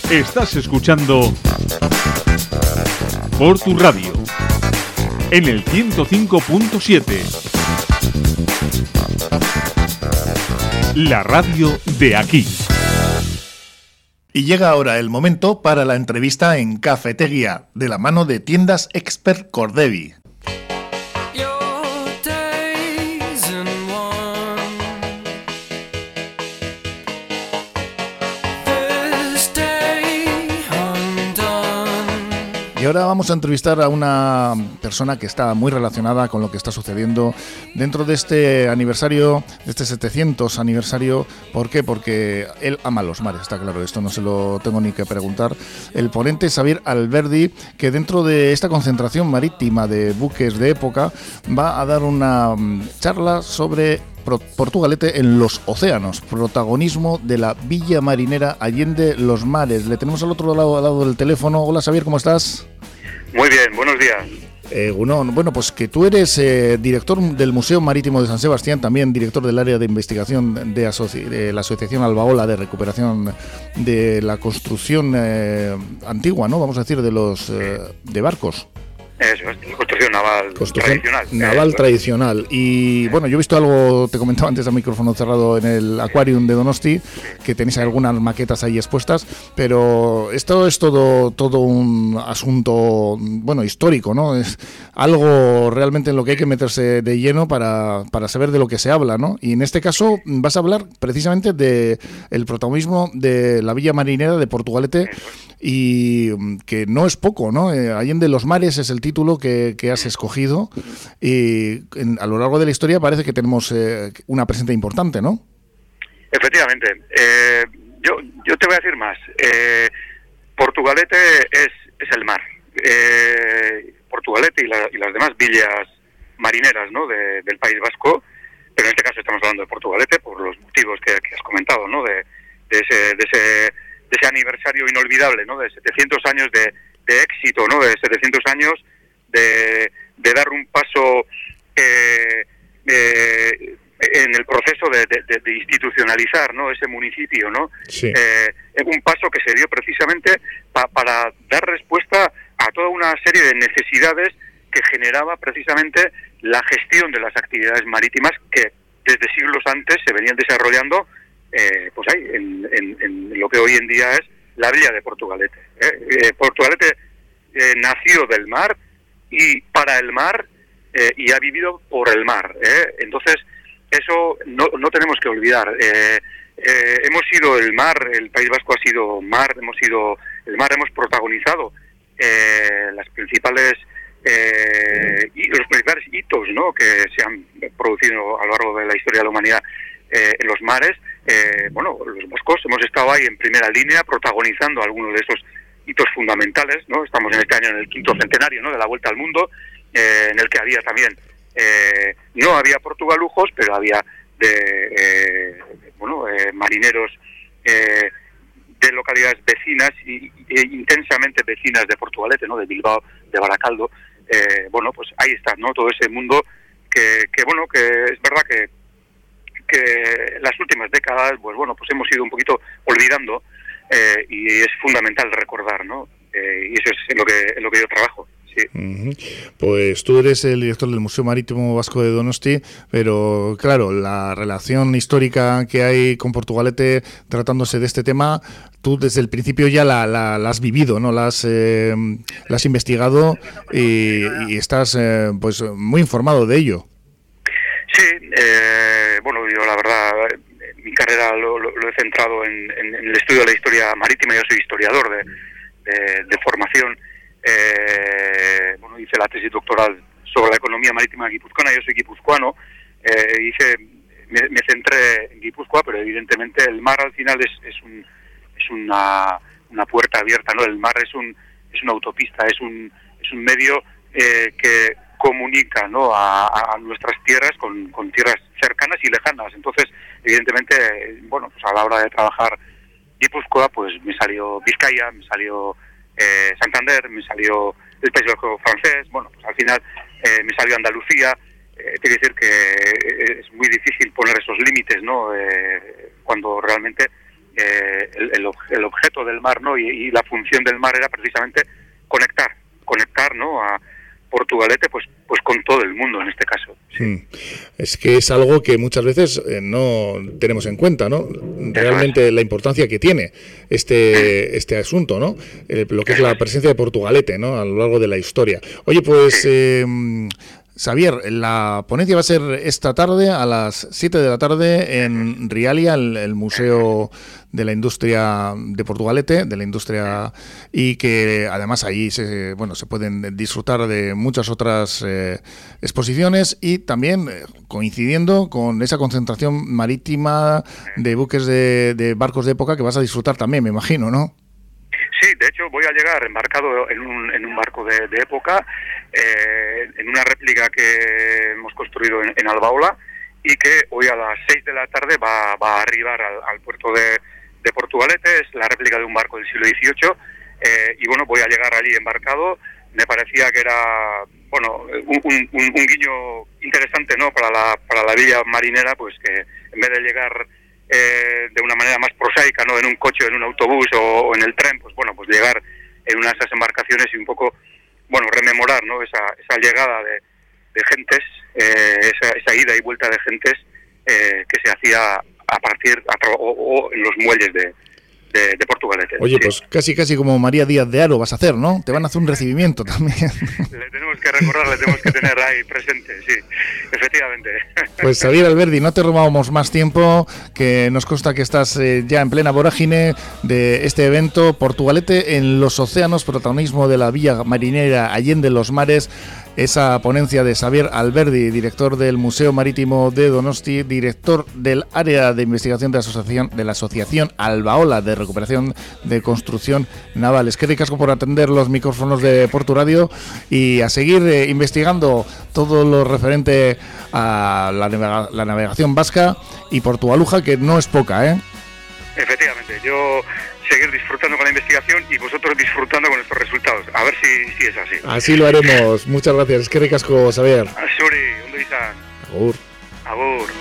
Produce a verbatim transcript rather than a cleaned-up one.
Estás escuchando Por Tu Radio en el ciento cinco punto siete. La radio de aquí. Y llega ahora el momento para la entrevista en Cafetería, de la mano de Tiendas Expert Cordevi. Y ahora vamos a entrevistar a una persona que está muy relacionada con lo que está sucediendo dentro de este aniversario, de este setecientos aniversario. ¿Por qué? Porque él ama los mares, está claro, esto no se lo tengo ni que preguntar. El ponente es Xavier Alberdi, que dentro de esta concentración marítima de buques de época va a dar una charla sobre Portugalete en los océanos, protagonismo de la villa marinera allende los mares. Le tenemos al otro lado, al lado del teléfono. Hola Xavier, ¿cómo estás? Muy bien, buenos días. Eh, bueno, bueno, pues que tú eres eh, director del Museo Marítimo de San Sebastián, también director del área de investigación de, asoci- de la Asociación Albaola de recuperación de la construcción eh, antigua, ¿no? Vamos a decir, de los eh, de barcos. Eso es, construcción naval construcción tradicional. Naval Eso. tradicional. Y bueno, yo he visto algo, te comentaba antes a micrófono cerrado, en el Aquarium de Donosti, que tenéis algunas maquetas ahí expuestas, pero esto es todo, todo un asunto, bueno, histórico, ¿no? Es algo realmente en lo que hay que meterse de lleno para, para saber de lo que se habla, ¿no? Y en este caso vas a hablar precisamente de el protagonismo de la villa marinera de Portugalete, y que no es poco, ¿no? Eh, Allende los mares es el título que, que has escogido, y en, a lo largo de la historia parece que tenemos eh, una presencia importante, ¿no? Efectivamente. Eh, yo, yo te voy a decir más. Eh, Portugalete es, es el mar. Eh, Portugalete y, la, y las demás villas marineras, ¿no?, de, del País Vasco, pero en este caso estamos hablando de Portugalete por los motivos que, que has comentado, ¿no?, de, de ese... De ese de ese aniversario inolvidable, ¿no?, de setecientos años de, de éxito, ¿no?, de setecientos años de, de dar un paso eh, eh, en el proceso de, de, de institucionalizar, ¿no?, ese municipio, ¿no? Sí. Eh, un paso que se dio precisamente pa, para dar respuesta a toda una serie de necesidades que generaba precisamente la gestión de las actividades marítimas que desde siglos antes se venían desarrollando. Eh, pues ahí, en, en, en lo que hoy en día es la villa de Portugalete. ¿eh? Eh, Portugalete eh, nació del mar y para el mar eh, y ha vivido por el mar. ¿eh? Entonces, eso no, no tenemos que olvidar. Eh, eh, hemos sido el mar, el País Vasco ha sido mar, hemos sido el mar, hemos protagonizado eh, las principales eh, y los principales hitos, ¿no?, que se han producido a lo largo de la historia de la humanidad eh, en los mares. Eh, bueno, los vascos hemos estado ahí en primera línea protagonizando algunos de esos hitos fundamentales, ¿no? Estamos en este año en el quinto centenario, ¿no?, de la Vuelta al Mundo, eh, en el que había también, eh, no había portugalujos, pero había de, eh, bueno, eh, marineros eh, de localidades vecinas y, e intensamente vecinas de Portugalete, ¿no?, de Bilbao, de Baracaldo. Eh, bueno, pues ahí está, ¿no?, todo ese mundo que, que bueno, que es verdad que que las últimas décadas, pues bueno, pues hemos ido un poquito olvidando, eh, y es fundamental recordar, ¿no? Eh, y eso es en lo que en lo que yo trabajo. Sí. Uh-huh. Pues tú eres el director del Museo Marítimo Vasco de Donosti, pero claro, la relación histórica que hay con Portugalete tratándose de este tema, tú desde el principio ya la, la, la has vivido, ¿no? La has, eh, la has investigado y, y estás eh, pues muy informado de ello. Sí, eh, bueno, yo la verdad, mi carrera lo, lo, lo he centrado en, en, en el estudio de la historia marítima. Yo soy historiador de, de, de formación. Eh, bueno, hice la tesis doctoral sobre la economía marítima guipuzcoana. Yo soy guipuzcoano. Eh, hice, me, me centré en Guipúzcoa, pero evidentemente el mar al final es, es, un, es una, una puerta abierta, ¿no? El mar es un es una autopista, es un es un medio eh, que comunica, ¿no?, a, a nuestras tierras con, con tierras cercanas y lejanas. Entonces, evidentemente, bueno, pues a la hora de trabajar Guipúzcoa, pues me salió Vizcaya, me salió eh, Santander, me salió el País Vasco francés. Bueno, pues al final eh, me salió Andalucía. Eh, tiene que decir que es muy difícil poner esos límites, ¿no?, eh, cuando realmente eh, el, el, el objeto del mar, ¿no? Y, y la función del mar era precisamente conectar, conectar, ¿no? A Portugalete, pues, pues con todo el mundo en este caso. Sí. Mm. Es que es algo que muchas veces eh, no tenemos en cuenta, ¿no? Realmente es. La importancia que tiene este este asunto, ¿no? Eh, lo que es la presencia de Portugalete, ¿no? A lo largo de la historia. Oye, pues... Eh, Xavier, la ponencia va a ser esta tarde a las siete de la tarde en Rialia, el, el Museo de la Industria de Portugalete, de la industria, y que además ahí se, bueno, se pueden disfrutar de muchas otras eh, exposiciones y también eh, coincidiendo con esa concentración marítima de buques de, de barcos de época que vas a disfrutar también, me imagino, ¿no? Sí, de hecho voy a llegar embarcado en un, en un barco de, de época, eh, en una réplica que hemos construido en, en Albaola y que hoy a las seis de la tarde va, va a arribar al, al puerto de, de Portugalete. Es la réplica de un barco del siglo dieciocho eh, y bueno, voy a llegar allí embarcado. Me parecía que era, bueno, un, un, un guiño interesante, ¿no? Para la, para la villa marinera, pues que en vez de llegar Eh, de una manera más prosaica, ¿no? En un coche, en un autobús o, o en el tren, pues bueno, pues llegar en una de esas embarcaciones y un poco, bueno, rememorar, ¿no? Esa, esa llegada de, de gentes, eh, esa, esa ida y vuelta de gentes eh, que se hacía a partir, a, o, o en los muelles de, de, de Portugalete. Oye, sí. Pues casi casi como María Díaz de Haro vas a hacer, ¿no? Te van a hacer un recibimiento también. Le tenemos que recordar, le tenemos que tener ahí presente, sí, efectivamente. Pues Xavier Alberdi, no te robamos más tiempo, que nos consta que estás eh, ya en plena vorágine de este evento, Portugalete en los océanos, protagonismo de la villa marinera Allende los Mares, esa ponencia de Xavier Alberdi, director del Museo Marítimo de Donosti, director del área de investigación de la asociación, de la asociación Albaola de recuperación de construcción naval. Es que ricasco por atender los micrófonos de Portu Radio y a seguir eh, investigando todo lo referente a la, navega- la navegación vasca y Portugaluja, que no es poca, ¿eh? Efectivamente, yo seguir disfrutando con la investigación y vosotros disfrutando con estos resultados. A ver si, si es así. Así lo haremos. Muchas gracias. Es que ricasco, Xavier. Suri, ondo izan. Agur. Agur.